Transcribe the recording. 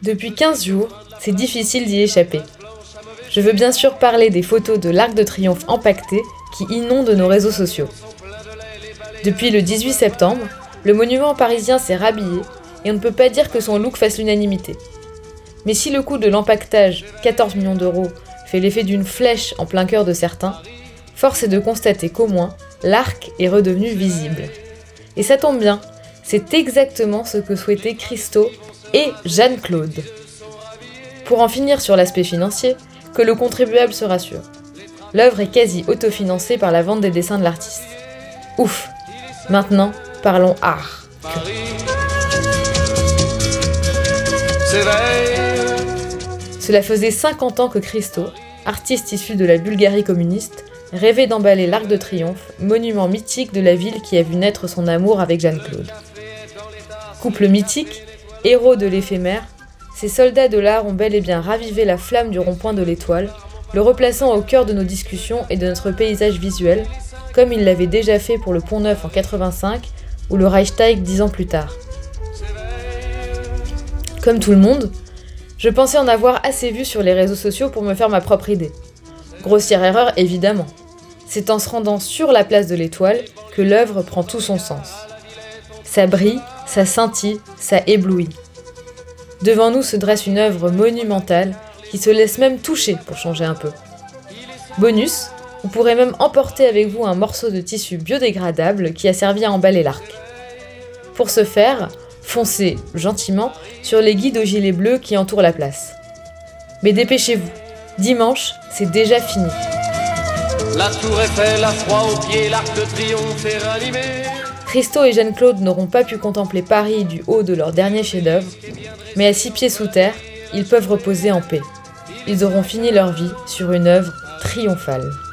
Depuis 15 jours, c'est difficile d'y échapper. Je veux bien sûr parler des photos de l'Arc de Triomphe empaquetées qui inondent nos réseaux sociaux. Depuis le 18 septembre, le monument parisien s'est rhabillé et on ne peut pas dire que son look fasse l'unanimité. Mais si le coût de l'empaquetage, 14 millions d'euros, fait l'effet d'une flèche en plein cœur de certains, force est de constater qu'au moins, l'arc est redevenu visible. Et ça tombe bien, c'est exactement ce que souhaitaient Christo et Jeanne-Claude. Pour en finir sur l'aspect financier, que le contribuable se rassure. L'œuvre est quasi autofinancée par la vente des dessins de l'artiste. Ouf! Maintenant, parlons art. Cela faisait 50 ans que Christo, artiste issu de la Bulgarie communiste, rêvait d'emballer l'Arc de Triomphe, monument mythique de la ville qui a vu naître son amour avec Jeanne-Claude. Couple mythique, héros de l'éphémère, ces soldats de l'art ont bel et bien ravivé la flamme du rond-point de l'Étoile, le replaçant au cœur de nos discussions et de notre paysage visuel, comme ils l'avaient déjà fait pour le Pont Neuf en 85 ou le Reichstag 10 ans plus tard. Comme tout le monde, je pensais en avoir assez vu sur les réseaux sociaux pour me faire ma propre idée. Grossière erreur, évidemment. C'est en se rendant sur la place de l'Étoile que l'œuvre prend tout son sens. Ça brille, ça scintille, ça éblouit. Devant nous se dresse une œuvre monumentale qui se laisse même toucher pour changer un peu. Bonus, vous pourrez même emporter avec vous un morceau de tissu biodégradable qui a servi à emballer l'arc. Pour ce faire, foncez gentiment sur les guides aux gilets bleus qui entourent la place. Mais dépêchez-vous, dimanche, c'est déjà fini. La tour Eiffel, la froid aux pieds, l'arc de triomphe est ranimé. Christo et Jeanne-Claude n'auront pas pu contempler Paris du haut de leur dernier chef-d'œuvre, mais à 6 pieds sous terre, ils peuvent reposer en paix. Ils auront fini leur vie sur une œuvre triomphale.